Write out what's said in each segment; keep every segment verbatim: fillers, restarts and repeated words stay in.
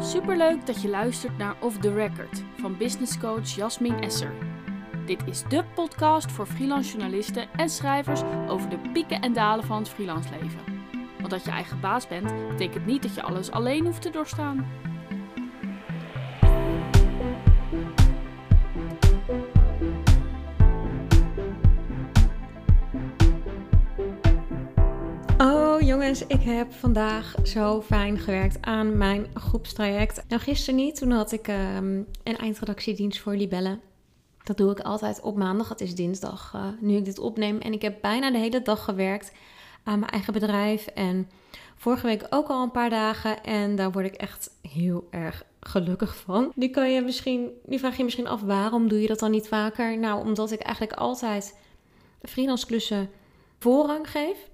Superleuk dat je luistert naar Off the Record van businesscoach Jasmin Esser. Dit is dé podcast voor freelance journalisten en schrijvers over de pieken en dalen van het freelance leven. Want dat je eigen baas bent, betekent niet dat je alles alleen hoeft te doorstaan. Oh jongens, ik heb vandaag zo fijn gewerkt aan mijn groepstraject. Nou, gisteren niet, toen had ik um, een eindredactiedienst voor Libelle. Dat doe ik altijd op maandag, het is dinsdag uh, nu ik dit opneem. En ik heb bijna de hele dag gewerkt aan mijn eigen bedrijf. En vorige week ook al een paar dagen. En daar word ik echt heel erg gelukkig van. Nu, kan je misschien, nu vraag je je misschien af, waarom doe je dat dan niet vaker? Nou, omdat ik eigenlijk altijd freelance klussen voorrang geef.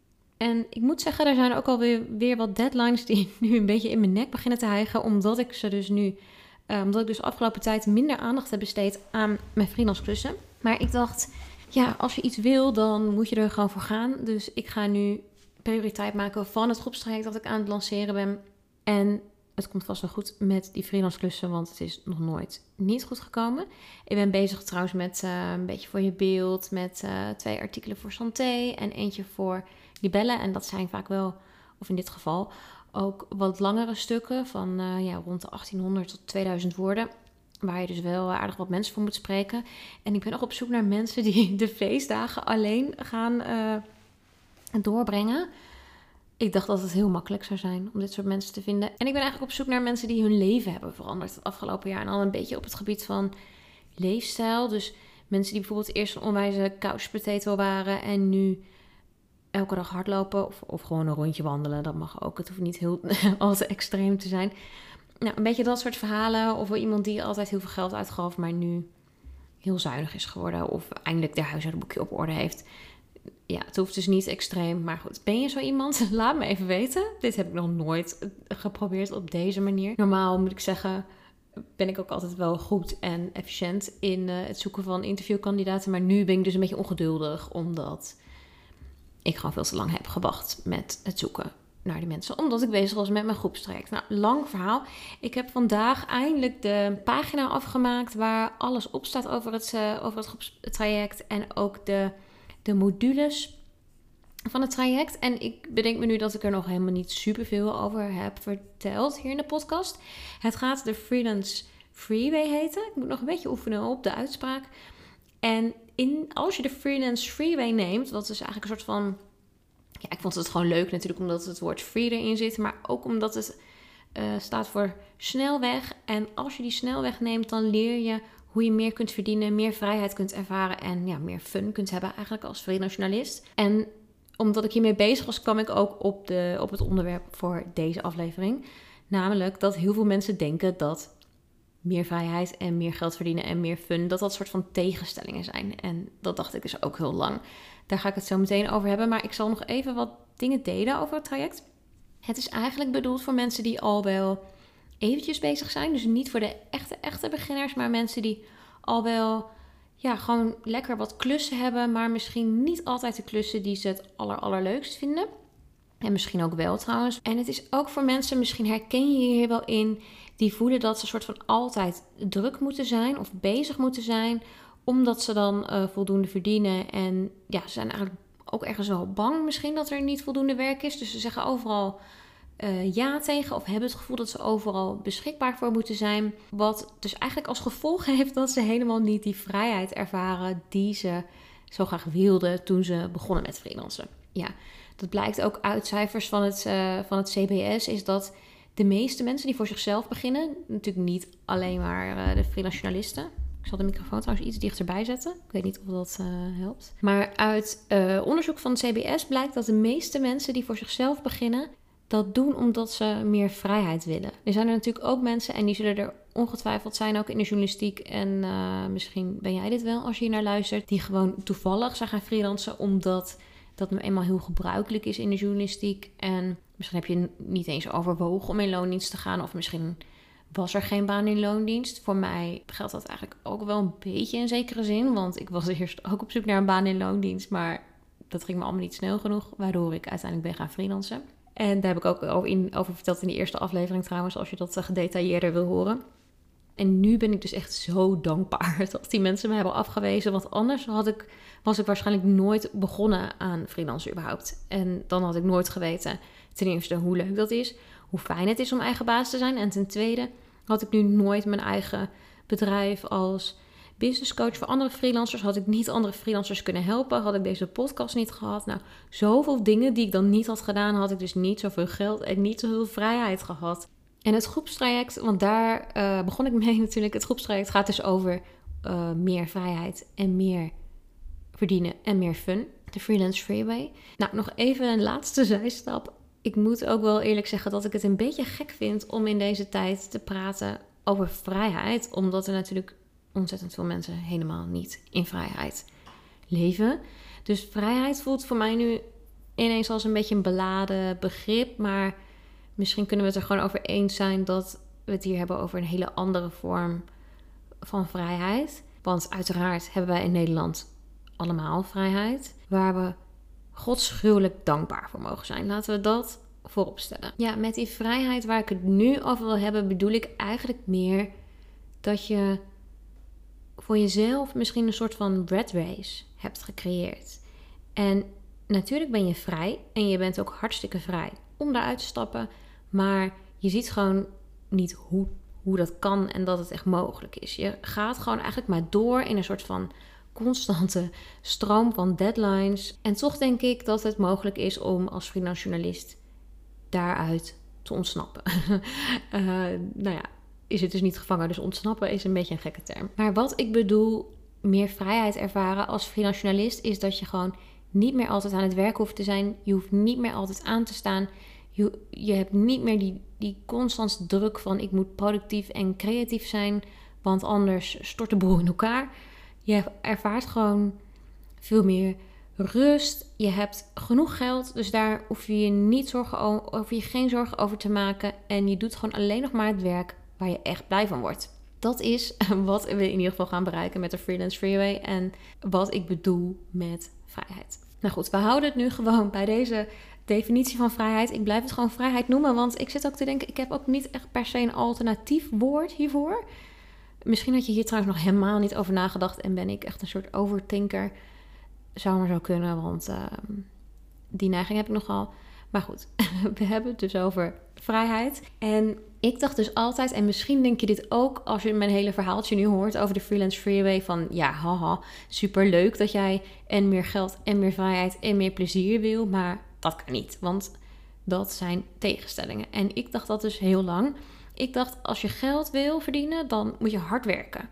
En ik moet zeggen, er zijn ook alweer weer wat deadlines die nu een beetje in mijn nek beginnen te hijgen. Omdat ik ze dus nu, uh, omdat ik dus de afgelopen tijd minder aandacht heb besteed aan mijn freelance klussen. Maar ik dacht, ja, als je iets wil, dan moet je er gewoon voor gaan. Dus ik ga nu prioriteit maken van het groepstraject dat ik aan het lanceren ben. En het komt vast wel goed met die freelance klussen, want het is nog nooit niet goed gekomen. Ik ben bezig trouwens met uh, een beetje voor je beeld, met uh, twee artikelen voor Santé en eentje voor Libelle. En dat zijn vaak wel, of in dit geval, ook wat langere stukken van uh, ja, rond de achttienhonderd tot tweeduizend woorden. Waar je dus wel aardig wat mensen voor moet spreken. En ik ben ook op zoek naar mensen die de feestdagen alleen gaan uh, doorbrengen. Ik dacht dat het heel makkelijk zou zijn om dit soort mensen te vinden. En ik ben eigenlijk op zoek naar mensen die hun leven hebben veranderd het afgelopen jaar. En al een beetje op het gebied van leefstijl. Dus mensen die bijvoorbeeld eerst een onwijze couch potato waren en nu elke dag hardlopen of, of gewoon een rondje wandelen. Dat mag ook. Het hoeft niet heel al te extreem te zijn. Nou, een beetje dat soort verhalen. Of wel iemand die altijd heel veel geld uitgaf, maar nu heel zuinig is geworden. Of eindelijk haar huishoudboekje op orde heeft. Ja, het hoeft dus niet extreem. Maar goed, ben je zo iemand? Laat me even weten. Dit heb ik nog nooit geprobeerd op deze manier. Normaal moet ik zeggen, ben ik ook altijd wel goed en efficiënt in uh, het zoeken van interviewkandidaten. Maar nu ben ik dus een beetje ongeduldig, omdat ik gewoon veel te lang heb gewacht met het zoeken naar die mensen. Omdat ik bezig was met mijn groepstraject. Nou, lang verhaal. Ik heb vandaag eindelijk de pagina afgemaakt waar alles op staat over het, uh, over het groepstraject. En ook de, de modules van het traject. En ik bedenk me nu dat ik er nog helemaal niet superveel over heb verteld hier in de podcast. Het gaat de Freelance Freeway heten. Ik moet nog een beetje oefenen op de uitspraak. En in, als je de Freelance Freeway neemt, wat is eigenlijk een soort van, ja, ik vond het gewoon leuk natuurlijk omdat het woord free erin zit, maar ook omdat het uh, staat voor snelweg. En als je die snelweg neemt, dan leer je hoe je meer kunt verdienen, meer vrijheid kunt ervaren en ja, meer fun kunt hebben eigenlijk als freelance journalist. En omdat ik hiermee bezig was, kwam ik ook op, de, op het onderwerp voor deze aflevering. Namelijk dat heel veel mensen denken dat meer vrijheid en meer geld verdienen en meer fun, dat dat soort van tegenstellingen zijn. En dat dacht ik dus ook heel lang. Daar ga ik het zo meteen over hebben. Maar ik zal nog even wat dingen delen over het traject. Het is eigenlijk bedoeld voor mensen die al wel eventjes bezig zijn. Dus niet voor de echte, echte beginners, maar mensen die al wel, ja, gewoon lekker wat klussen hebben, maar misschien niet altijd de klussen die ze het aller, allerleukst vinden. En misschien ook wel trouwens. En het is ook voor mensen, misschien herken je je hier wel in, die voelen dat ze soort van altijd druk moeten zijn of bezig moeten zijn, omdat ze dan uh, voldoende verdienen. En ja, ze zijn eigenlijk ook ergens wel bang misschien dat er niet voldoende werk is. Dus ze zeggen overal uh, ja tegen of hebben het gevoel dat ze overal beschikbaar voor moeten zijn. Wat dus eigenlijk als gevolg heeft dat ze helemaal niet die vrijheid ervaren die ze zo graag wilden toen ze begonnen met freelancen. Ja, dat blijkt ook uit cijfers van het, uh, van het C B S, is dat de meeste mensen die voor zichzelf beginnen, natuurlijk niet alleen maar uh, de freelance journalisten. Ik zal de microfoon trouwens iets dichterbij zetten. Ik weet niet of dat uh, helpt. Maar uit uh, onderzoek van het C B S blijkt dat de meeste mensen die voor zichzelf beginnen, dat doen omdat ze meer vrijheid willen. Er zijn er natuurlijk ook mensen, en die zullen er ongetwijfeld zijn, ook in de journalistiek. En uh, misschien ben jij dit wel als je hier naar luistert, die gewoon toevallig zijn gaan freelancen omdat dat nu eenmaal heel gebruikelijk is in de journalistiek. En misschien heb je niet eens overwogen om in loondienst te gaan. Of misschien was er geen baan in loondienst. Voor mij geldt dat eigenlijk ook wel een beetje in zekere zin. Want ik was eerst ook op zoek naar een baan in loondienst. Maar dat ging me allemaal niet snel genoeg. Waardoor ik uiteindelijk ben gaan freelancen. En daar heb ik ook over, in, over verteld in die eerste aflevering trouwens, als je dat uh, gedetailleerder wil horen. En nu ben ik dus echt zo dankbaar dat die mensen me hebben afgewezen. Want anders had ik, was ik waarschijnlijk nooit begonnen aan freelancen überhaupt. En dan had ik nooit geweten, ten eerste, hoe leuk dat is. Hoe fijn het is om eigen baas te zijn. En ten tweede had ik nu nooit mijn eigen bedrijf als business coach voor andere freelancers. Had ik niet andere freelancers kunnen helpen. Had ik deze podcast niet gehad. Nou, zoveel dingen die ik dan niet had gedaan, had ik dus niet zoveel geld en niet zoveel vrijheid gehad. En het groepstraject, want daar uh, begon ik mee natuurlijk. Het groepstraject gaat dus over uh, meer vrijheid en meer verdienen en meer fun. De Freelance Freeway. Nou, nog even een laatste zijstap. Ik moet ook wel eerlijk zeggen dat ik het een beetje gek vind om in deze tijd te praten over vrijheid. Omdat er natuurlijk ontzettend veel mensen helemaal niet in vrijheid leven. Dus vrijheid voelt voor mij nu ineens als een beetje een beladen begrip. Maar misschien kunnen we het er gewoon over eens zijn dat we het hier hebben over een hele andere vorm van vrijheid. Want uiteraard hebben wij in Nederland allemaal vrijheid, waar we godschuwelijk dankbaar voor mogen zijn. Laten we dat voorop stellen. Ja, met die vrijheid waar ik het nu over wil hebben, bedoel ik eigenlijk meer dat je voor jezelf misschien een soort van rat race hebt gecreëerd. En natuurlijk ben je vrij en je bent ook hartstikke vrij om daaruit te stappen, maar je ziet gewoon niet hoe, hoe dat kan en dat het echt mogelijk is. Je gaat gewoon eigenlijk maar door in een soort van constante stroom van deadlines. En toch denk ik dat het mogelijk is om als freelance journalist daaruit te ontsnappen. uh, nou ja, is het dus niet gevangen, dus ontsnappen is een beetje een gekke term. Maar wat ik bedoel, meer vrijheid ervaren als freelance journalist, is dat je gewoon niet meer altijd aan het werk hoeft te zijn. Je hoeft niet meer altijd aan te staan. Je, je hebt niet meer die, die constante druk van ik moet productief en creatief zijn, want anders stort de boel in elkaar. Je ervaart gewoon veel meer rust. Je hebt genoeg geld, dus daar hoef je je, niet zorgen over, hoef je geen zorgen over te maken. En je doet gewoon alleen nog maar het werk waar je echt blij van wordt. Dat is wat we in ieder geval gaan bereiken met de Freelance Freeway en wat ik bedoel met vrijheid. Nou goed, we houden het nu gewoon bij deze definitie van vrijheid. Ik blijf het gewoon vrijheid noemen, want ik zit ook te denken, ik heb ook niet echt per se een alternatief woord hiervoor. Misschien had je hier trouwens nog helemaal niet over nagedacht en ben ik echt een soort overthinker. Zou maar zo kunnen, want uh, die neiging heb ik nogal. Maar goed, we hebben het dus over vrijheid. En ik dacht dus altijd, en misschien denk je dit ook als je mijn hele verhaaltje nu hoort over de Freelance Freeway, van ja, haha, superleuk dat jij en meer geld en meer vrijheid en meer plezier wil, maar dat kan niet, want dat zijn tegenstellingen. En ik dacht dat dus heel lang. Ik dacht, als je geld wil verdienen, dan moet je hard werken.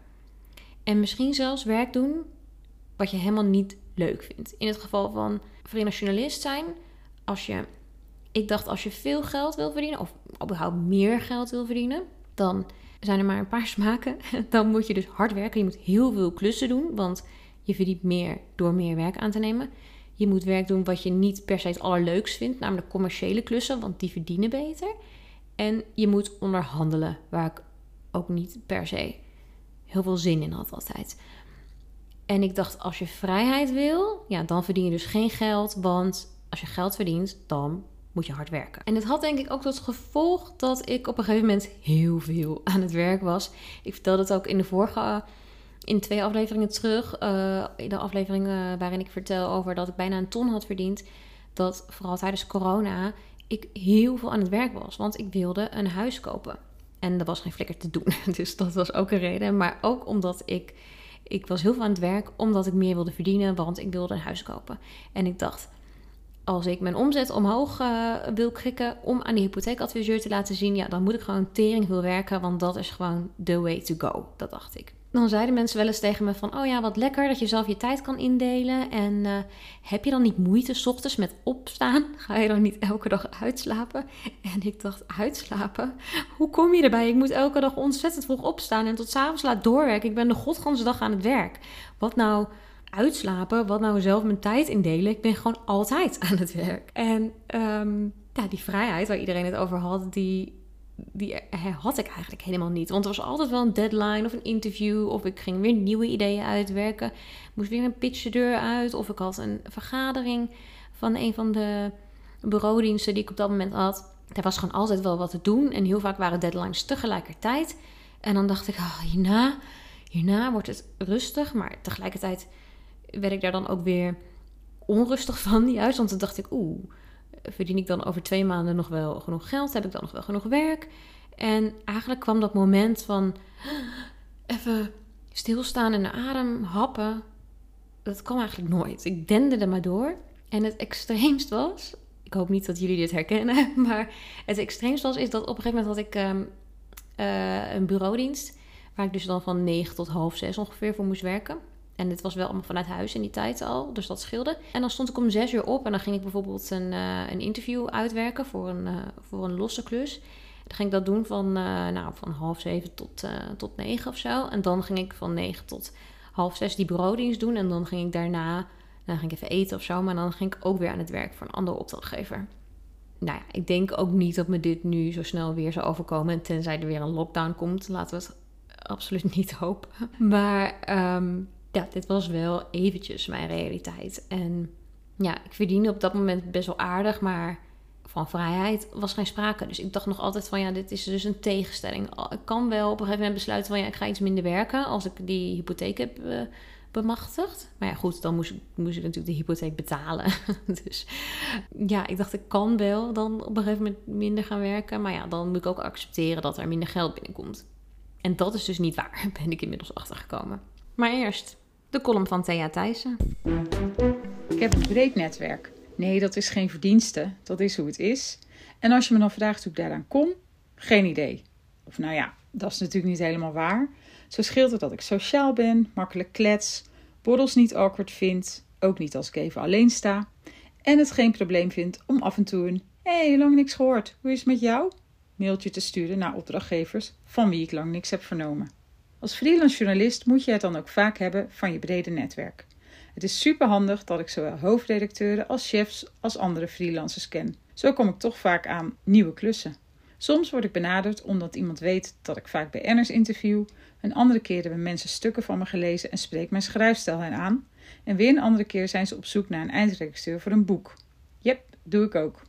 En misschien zelfs werk doen wat je helemaal niet leuk vindt. In het geval van freelance journalist zijn, als je, ik dacht als je veel geld wil verdienen, of überhaupt meer geld wil verdienen, dan zijn er maar een paar smaken. Dan moet je dus hard werken. Je moet heel veel klussen doen, want je verdient meer door meer werk aan te nemen. Je moet werk doen wat je niet per se het allerleukst vindt, namelijk commerciële klussen, want die verdienen beter. En je moet onderhandelen, waar ik ook niet per se heel veel zin in had altijd. En ik dacht, als je vrijheid wil, ja, dan verdien je dus geen geld. Want als je geld verdient, dan moet je hard werken. En het had denk ik ook tot gevolg dat ik op een gegeven moment heel veel aan het werk was. Ik vertelde het ook in de vorige, in twee afleveringen terug. Uh, in de afleveringen waarin ik vertel over dat ik bijna een ton had verdiend. Dat vooral tijdens corona ik heel veel aan het werk was. Want ik wilde een huis kopen. En er was geen flikker te doen. Dus dat was ook een reden. Maar ook omdat ik... Ik was heel veel aan het werk omdat ik meer wilde verdienen. Want ik wilde een huis kopen. En ik dacht, als ik mijn omzet omhoog uh, wil krikken om aan die hypotheekadviseur te laten zien, ja, dan moet ik gewoon tering veel werken. Want dat is gewoon the way to go. Dat dacht ik. Dan zeiden mensen wel eens tegen me van, oh ja, wat lekker dat je zelf je tijd kan indelen. En uh, heb je dan niet moeite 's ochtends met opstaan? Ga je dan niet elke dag uitslapen? En ik dacht, uitslapen? Hoe kom je erbij? Ik moet elke dag ontzettend vroeg opstaan en tot 's avonds laat doorwerken. Ik ben de godganse dag aan het werk. Wat nou uitslapen? Wat nou zelf mijn tijd indelen? Ik ben gewoon altijd aan het werk. En um, ja, die vrijheid waar iedereen het over had, die... die had ik eigenlijk helemaal niet. Want er was altijd wel een deadline of een interview, of ik ging weer nieuwe ideeën uitwerken. Moest weer een pitch de deur uit, of ik had een vergadering van een van de bureaudiensten die ik op dat moment had, er was gewoon altijd wel wat te doen. En heel vaak waren deadlines tegelijkertijd. En dan dacht ik, oh, hierna, hierna wordt het rustig. Maar tegelijkertijd werd ik daar dan ook weer onrustig van juist. Want dan dacht ik, oeh, verdien ik dan over twee maanden nog wel genoeg geld? Heb ik dan nog wel genoeg werk? En eigenlijk kwam dat moment van even stilstaan en de adem happen. Dat kwam eigenlijk nooit. Ik dende er maar door. En het extreemst was, ik hoop niet dat jullie dit herkennen, maar het extreemst was is dat op een gegeven moment had ik um, uh, een bureaudienst, waar ik dus dan van negen tot half zes ongeveer voor moest werken. En dit was wel allemaal vanuit huis in die tijd al, dus dat scheelde. En dan stond ik om zes uur op en dan ging ik bijvoorbeeld een, uh, een interview uitwerken voor een, uh, voor een losse klus. Dan ging ik dat doen van, uh, nou, van half zeven tot, uh, tot negen of zo. En dan ging ik van negen tot half zes die bureaudienst doen. En dan ging ik daarna, dan ging ik even eten of zo. Maar dan ging ik ook weer aan het werk voor een andere opdrachtgever. Nou ja, ik denk ook niet dat me dit nu zo snel weer zou overkomen. Tenzij er weer een lockdown komt. Laten we het absoluut niet hopen. Maar um, ja, dit was wel eventjes mijn realiteit. En ja, ik verdiende op dat moment best wel aardig, maar van vrijheid was geen sprake. Dus ik dacht nog altijd van, ja, dit is dus een tegenstelling. Ik kan wel op een gegeven moment besluiten van, ja, ik ga iets minder werken als ik die hypotheek heb uh, bemachtigd. Maar ja, goed, dan moest ik, moest ik natuurlijk de hypotheek betalen. Dus ja, ik dacht, ik kan wel dan op een gegeven moment minder gaan werken. Maar ja, dan moet ik ook accepteren dat er minder geld binnenkomt. En dat is dus niet waar, ben ik inmiddels achtergekomen. Maar eerst de column van Thea Thijssen. Ik heb een breed netwerk. Nee, dat is geen verdienste. Dat is hoe het is. En als je me dan vraagt hoe ik daaraan kom, geen idee. Of nou ja, dat is natuurlijk niet helemaal waar. Zo scheelt het dat ik sociaal ben, makkelijk klets, borrels niet awkward vind, ook niet als ik even alleen sta. En het geen probleem vind om af en toe een, hé, hey, lang niks gehoord, hoe is het met jou? Mailtje te sturen naar opdrachtgevers van wie ik lang niks heb vernomen. Als freelance journalist moet je het dan ook vaak hebben van je brede netwerk. Het is superhandig dat ik zowel hoofdredacteuren als chefs als andere freelancers ken. Zo kom ik toch vaak aan nieuwe klussen. Soms word ik benaderd omdat iemand weet dat ik vaak B N'ers interview. Een andere keer hebben mensen stukken van me gelezen en spreekt mijn schrijfstijl hen aan. En weer een andere keer zijn ze op zoek naar een eindredacteur voor een boek. Jep, doe ik ook.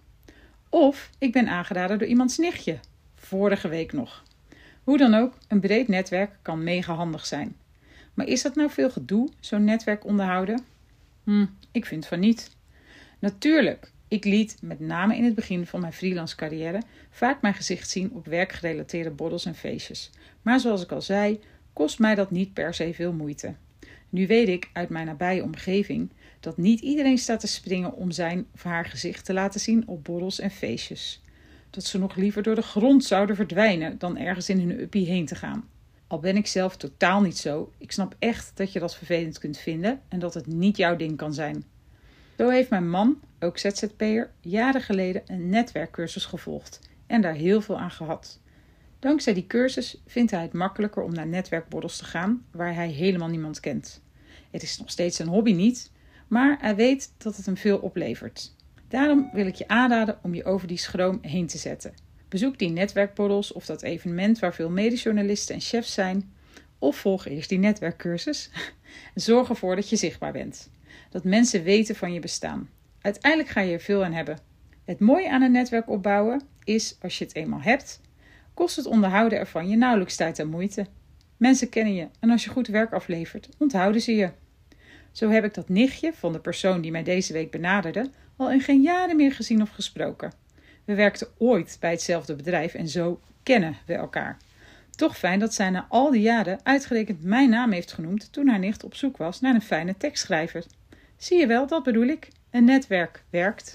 Of ik ben aangeraden door iemands nichtje. Vorige week nog. Hoe dan ook, een breed netwerk kan mega handig zijn. Maar is dat nou veel gedoe, zo'n netwerk onderhouden? Hm, ik vind van niet. Natuurlijk, ik liet, met name in het begin van mijn freelance carrière, vaak mijn gezicht zien op werkgerelateerde borrels en feestjes. Maar zoals ik al zei, kost mij dat niet per se veel moeite. Nu weet ik uit mijn nabije omgeving dat niet iedereen staat te springen om zijn of haar gezicht te laten zien op borrels en feestjes. Dat ze nog liever door de grond zouden verdwijnen dan ergens in hun uppie heen te gaan. Al ben ik zelf totaal niet zo, ik snap echt dat je dat vervelend kunt vinden en dat het niet jouw ding kan zijn. Zo heeft mijn man, ook Z Z P'er, jaren geleden een netwerkcursus gevolgd en daar heel veel aan gehad. Dankzij die cursus vindt hij het makkelijker om naar netwerkborrels te gaan waar hij helemaal niemand kent. Het is nog steeds zijn hobby niet, maar hij weet dat het hem veel oplevert. Daarom wil ik je aanraden om je over die schroom heen te zetten. Bezoek die netwerkborrels of dat evenement waar veel medejournalisten en chefs zijn. Of volg eerst die netwerkcursus. Zorg ervoor dat je zichtbaar bent. Dat mensen weten van je bestaan. Uiteindelijk ga je er veel aan hebben. Het mooie aan een netwerk opbouwen is, als je het eenmaal hebt, kost het onderhouden ervan je nauwelijks tijd en moeite. Mensen kennen je en als je goed werk aflevert, onthouden ze je. Zo heb ik dat nichtje van de persoon die mij deze week benaderde al in geen jaren meer gezien of gesproken. We werkten ooit bij hetzelfde bedrijf en zo kennen we elkaar. Toch fijn dat zij na al die jaren uitgerekend mijn naam heeft genoemd toen haar nicht op zoek was naar een fijne tekstschrijver. Zie je wel, dat bedoel ik. Een netwerk werkt.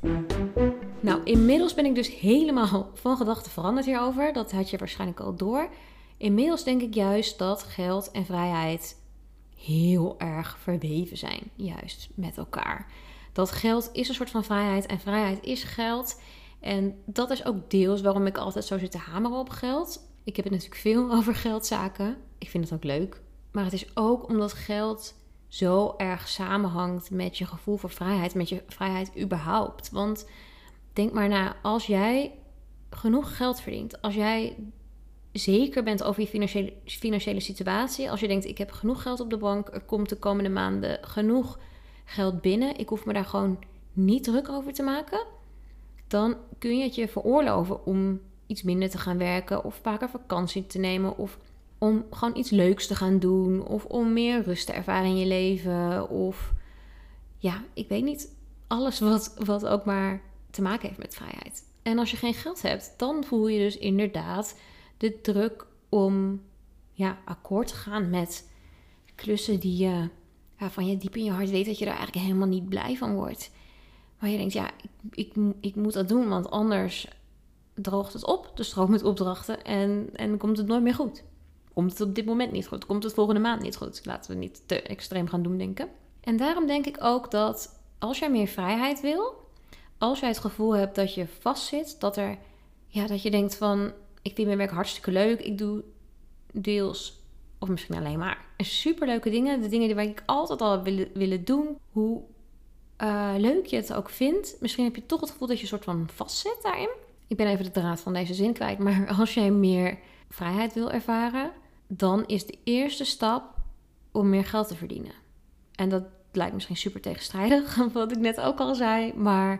Nou, inmiddels ben ik dus helemaal van gedachten veranderd hierover. Dat had je waarschijnlijk al door. Inmiddels denk ik juist dat geld en vrijheid heel erg verweven zijn. Juist met elkaar. Dat geld is een soort van vrijheid en vrijheid is geld. En dat is ook deels waarom ik altijd zo zit te hameren op geld. Ik heb het natuurlijk veel over geldzaken. Ik vind het ook leuk. Maar het is ook omdat geld zo erg samenhangt met je gevoel voor vrijheid. Met je vrijheid überhaupt. Want denk maar na, als jij genoeg geld verdient. Als jij zeker bent over je financiële, financiële situatie. Als je denkt, ik heb genoeg geld op de bank. Er komt de komende maanden genoeg geld binnen. Ik hoef me daar gewoon niet druk over te maken. dan kun je het je veroorloven om iets minder te gaan werken of vaker vakantie te nemen of om gewoon iets leuks te gaan doen of om meer rust te ervaren in je leven of ja, ik weet niet, alles wat, wat ook maar te maken heeft met vrijheid. En als je geen geld hebt, dan voel je dus inderdaad de druk om ja, akkoord te gaan met klussen die je, waarvan je diep in je hart weet dat je er eigenlijk helemaal niet blij van wordt. Maar je denkt, ja, ik, ik, ik moet dat doen, want anders droogt het op, de stroom met opdrachten en, en dan komt het nooit meer goed. Komt het op dit moment niet goed, komt het volgende maand niet goed. Laten we niet te extreem gaan doen denken. En daarom denk ik ook dat als jij meer vrijheid wil, als jij het gevoel hebt dat je vastzit, dat, er, ja, dat je denkt van, ik vind mijn werk hartstikke leuk, ik doe deels, of misschien alleen maar, superleuke dingen, de dingen die ik altijd al willen, willen doen, hoe uh, leuk je het ook vindt. Misschien heb je toch het gevoel dat je een soort van vastzit daarin. Ik ben even de draad van deze zin kwijt, maar als jij meer vrijheid wil ervaren, dan is de eerste stap om meer geld te verdienen. En dat lijkt misschien super tegenstrijdig, wat ik net ook al zei, maar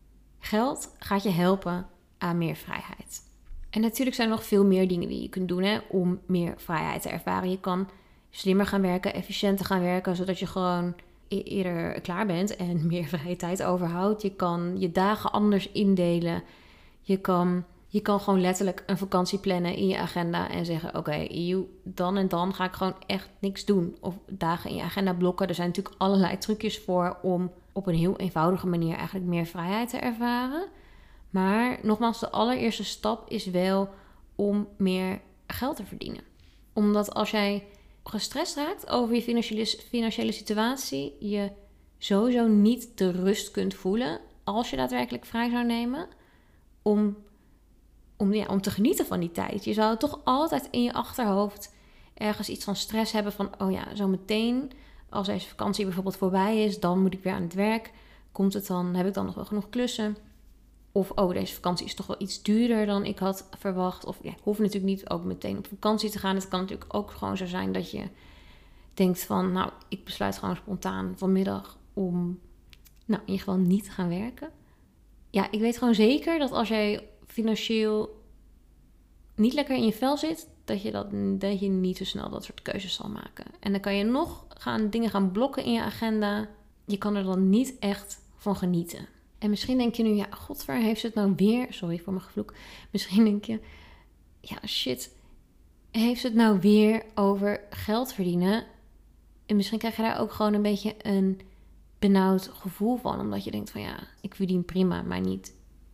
geld gaat je helpen aan meer vrijheid. En natuurlijk zijn er nog veel meer dingen die je kunt doen hè, om meer vrijheid te ervaren. Je kan slimmer gaan werken, efficiënter gaan werken, zodat je gewoon e- eerder klaar bent en meer vrije tijd overhoudt. Je kan je dagen anders indelen. Je kan, je kan gewoon letterlijk een vakantie plannen in je agenda en zeggen, oké, okay, dan en dan ga ik gewoon echt niks doen. Of dagen in je agenda blokken. Er zijn natuurlijk allerlei trucjes voor om op een heel eenvoudige manier eigenlijk meer vrijheid te ervaren. Maar nogmaals, de allereerste stap is wel om meer geld te verdienen. Omdat als jij gestrest raakt over je financiële, financiële situatie, je sowieso niet de rust kunt voelen als je daadwerkelijk vrij zou nemen om, om, ja, om te genieten van die tijd. Je zou toch altijd in je achterhoofd ergens iets van stress hebben van, oh ja, zo meteen als deze vakantie bijvoorbeeld voorbij is, dan moet ik weer aan het werk. Komt het dan, heb ik dan nog wel genoeg klussen? Of, oh, deze vakantie is toch wel iets duurder dan ik had verwacht. Of ja, hoef natuurlijk niet ook meteen op vakantie te gaan. Het kan natuurlijk ook gewoon zo zijn dat je denkt van, nou, ik besluit gewoon spontaan vanmiddag om, nou, in ieder geval niet te gaan werken. Ja, ik weet gewoon zeker dat als jij financieel niet lekker in je vel zit, dat je, dat, dat je niet zo snel dat soort keuzes zal maken. En dan kan je nog gaan, dingen gaan blokken in je agenda. Je kan er dan niet echt van genieten. En misschien denk je nu, ja, godver, heeft ze het nou weer... Sorry voor mijn gevloek. Misschien denk je, ja, shit, heeft ze het nou weer over geld verdienen? En misschien krijg je daar ook gewoon een beetje een benauwd gevoel van. Omdat je denkt van, ja, ik verdien prima, maar niet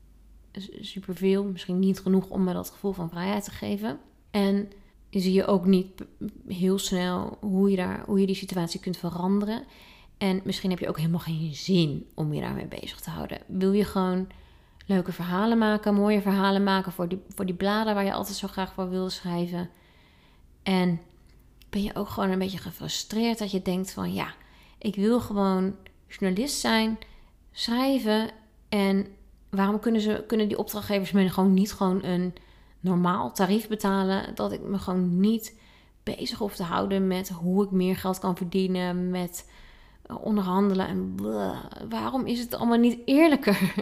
superveel. Misschien niet genoeg om me dat gevoel van vrijheid te geven. En zie je ook niet heel snel hoe je, daar, hoe je die situatie kunt veranderen. En misschien heb je ook helemaal geen zin om je daarmee bezig te houden. Wil je gewoon leuke verhalen maken, mooie verhalen maken voor die, voor die bladen waar je altijd zo graag voor wilde schrijven. En ben je ook gewoon een beetje gefrustreerd dat je denkt van, ja, ik wil gewoon journalist zijn, schrijven. En waarom kunnen, ze, kunnen die opdrachtgevers me gewoon niet gewoon een normaal tarief betalen? Dat ik me gewoon niet bezig hoef te houden met hoe ik meer geld kan verdienen, met onderhandelen en bleh, waarom is het allemaal niet eerlijker?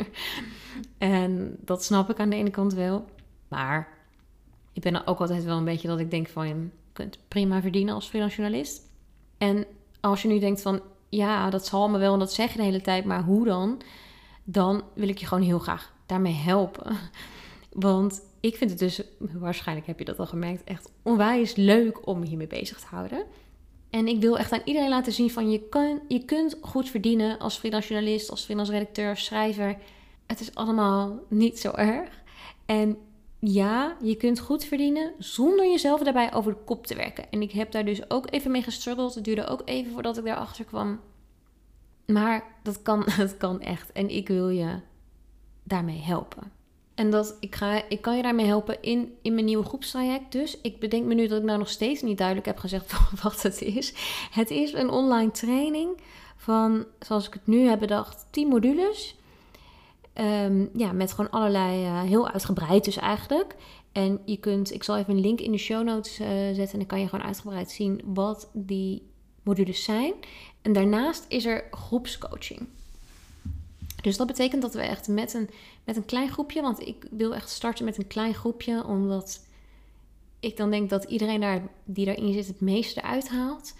En dat snap ik aan de ene kant wel. Maar ik ben er ook altijd wel een beetje dat ik denk van, je kunt prima verdienen als freelance journalist. En als je nu denkt van, ja, dat zal me wel en dat zeg je de hele tijd, maar hoe dan? Dan wil ik je gewoon heel graag daarmee helpen. Want ik vind het dus, waarschijnlijk heb je dat al gemerkt, echt onwijs leuk om hiermee bezig te houden. En ik wil echt aan iedereen laten zien van, je, kan, je kunt goed verdienen als freelance journalist, als freelance redacteur, schrijver. Het is allemaal niet zo erg. En ja, je kunt goed verdienen zonder jezelf daarbij over de kop te werken. En ik heb daar dus ook even mee gestruggeld. Het duurde ook even voordat ik daarachter kwam. Maar dat kan, dat kan echt. En ik wil je daarmee helpen. En dat, ik, ga, ik kan je daarmee helpen in, in mijn nieuwe groepstraject. Dus ik bedenk me nu dat ik nou nog steeds niet duidelijk heb gezegd wat het is. Het is een online training van, zoals ik het nu heb bedacht, tien modules. Um, ja, met gewoon allerlei, uh, heel uitgebreid dus eigenlijk. En je kunt, ik zal even een link in de show notes uh, zetten. En dan kan je gewoon uitgebreid zien wat die modules zijn. En daarnaast is er groepscoaching. Dus dat betekent dat we echt met een, met een klein groepje, want ik wil echt starten met een klein groepje, omdat ik dan denk dat iedereen daar, die daarin zit het meeste uithaalt.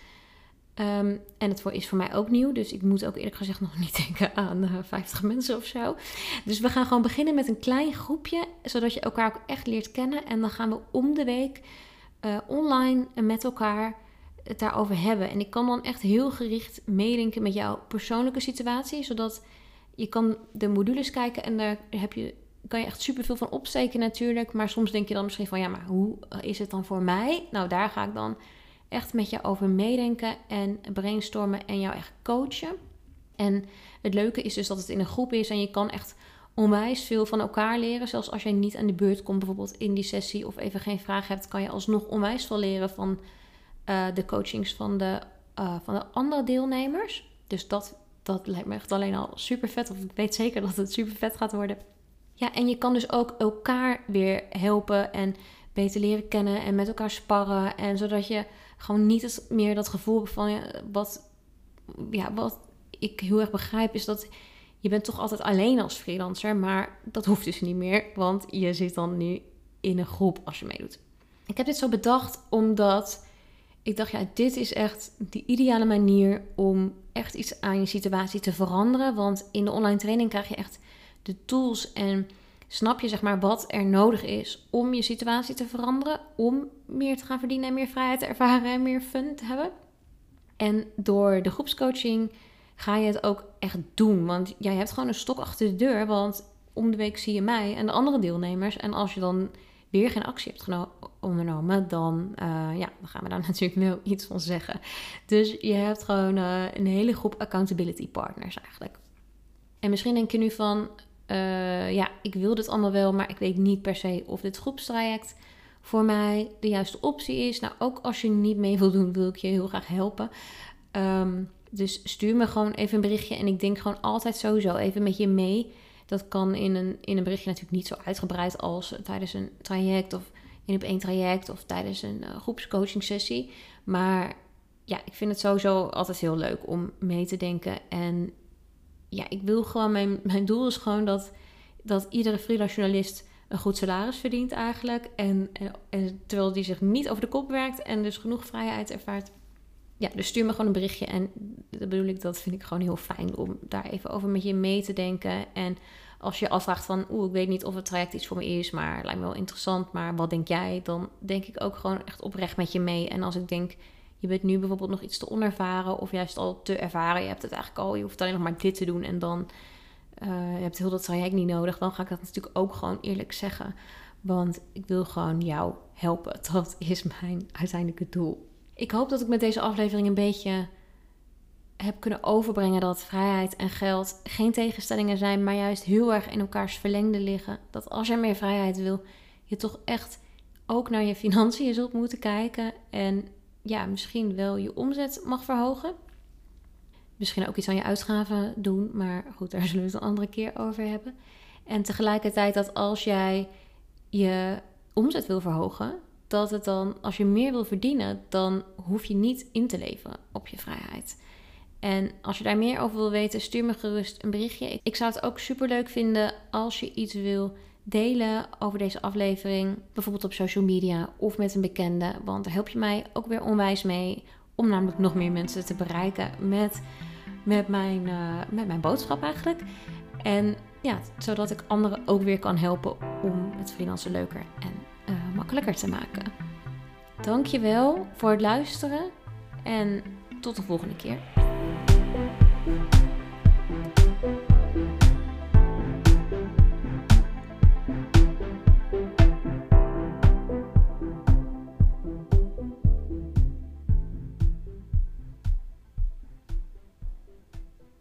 Um, en het is voor mij ook nieuw, dus ik moet ook eerlijk gezegd nog niet denken aan uh, vijftig mensen of zo. Dus we gaan gewoon beginnen met een klein groepje, zodat je elkaar ook echt leert kennen. En dan gaan we om de week uh, online met elkaar het daarover hebben. En ik kan dan echt heel gericht meedenken met jouw persoonlijke situatie, zodat je kan de modules kijken en daar heb je, kan je echt superveel van opsteken natuurlijk. Maar soms denk je dan misschien van, ja, maar hoe is het dan voor mij? Nou, daar ga ik dan echt met je over meedenken en brainstormen en jou echt coachen. En het leuke is dus dat het in een groep is en je kan echt onwijs veel van elkaar leren. Zelfs als jij niet aan de beurt komt bijvoorbeeld in die sessie of even geen vraag hebt, kan je alsnog onwijs veel leren van uh, de coachings van de, uh, van de andere deelnemers. Dus dat, dat lijkt me echt alleen al super vet. Of ik weet zeker dat het super vet gaat worden. Ja, en je kan dus ook elkaar weer helpen en beter leren kennen en met elkaar sparren. En zodat je gewoon niet het, meer dat gevoel hebt van, ja, wat, ja, wat ik heel erg begrijp is dat je bent toch altijd alleen als freelancer. Maar dat hoeft dus niet meer, want je zit dan nu in een groep als je meedoet. Ik heb dit zo bedacht omdat ik dacht, ja, dit is echt de ideale manier om echt iets aan je situatie te veranderen. Want in de online training krijg je echt de tools en snap je zeg maar wat er nodig is om je situatie te veranderen, om meer te gaan verdienen en meer vrijheid te ervaren en meer fun te hebben. En door de groepscoaching ga je het ook echt doen, want jij hebt gewoon een stok achter de deur, want om de week zie je mij en de andere deelnemers. En als je dan weer geen actie hebt geno- ondernomen, dan, uh, ja, dan gaan we daar natuurlijk wel iets van zeggen. Dus je hebt gewoon uh, een hele groep accountability partners eigenlijk. En misschien denk je nu van, Uh, ja, ik wil dit allemaal wel, maar ik weet niet per se of dit groepstraject voor mij de juiste optie is. Nou, ook als je niet mee wil doen, wil ik je heel graag helpen. Um, dus stuur me gewoon even een berichtje en ik denk gewoon altijd sowieso even met je mee. Dat kan in een, in een berichtje natuurlijk niet zo uitgebreid als tijdens een traject of in op één traject of tijdens een uh, groepscoaching sessie. Maar ja, ik vind het sowieso altijd heel leuk om mee te denken. En ja, ik wil gewoon, mijn, mijn doel is gewoon dat, dat iedere freelance journalist een goed salaris verdient eigenlijk. En, en, en terwijl die zich niet over de kop werkt en dus genoeg vrijheid ervaart. Ja, dus stuur me gewoon een berichtje en dat bedoel ik, dat vind ik gewoon heel fijn om daar even over met je mee te denken. En als je afvraagt van, oeh, ik weet niet of het traject iets voor me is, maar het lijkt me wel interessant, maar wat denk jij? Dan denk ik ook gewoon echt oprecht met je mee. En als ik denk, je bent nu bijvoorbeeld nog iets te onervaren of juist al te ervaren. Je hebt het eigenlijk al, je hoeft alleen nog maar dit te doen en dan uh, je hebt heel dat traject niet nodig. Dan ga ik dat natuurlijk ook gewoon eerlijk zeggen. Want ik wil gewoon jou helpen. Dat is mijn uiteindelijke doel. Ik hoop dat ik met deze aflevering een beetje heb kunnen overbrengen dat vrijheid en geld geen tegenstellingen zijn, maar juist heel erg in elkaars verlengde liggen. Dat als je meer vrijheid wil, je toch echt ook naar je financiën zult moeten kijken en ja, misschien wel je omzet mag verhogen. Misschien ook iets aan je uitgaven doen. Maar goed, daar zullen we het een andere keer over hebben. En tegelijkertijd dat als jij je omzet wil verhogen, dat het dan, als je meer wil verdienen, dan hoef je niet in te leveren op je vrijheid. En als je daar meer over wil weten, stuur me gerust een berichtje. Ik zou het ook super leuk vinden als je iets wil delen over deze aflevering, bijvoorbeeld op social media of met een bekende, want daar help je mij ook weer onwijs mee om namelijk nog meer mensen te bereiken met, met, mijn, uh, met mijn boodschap eigenlijk. En ja, zodat ik anderen ook weer kan helpen om het freelancen leuker en uh, makkelijker te maken. Dankjewel voor het luisteren en tot de volgende keer.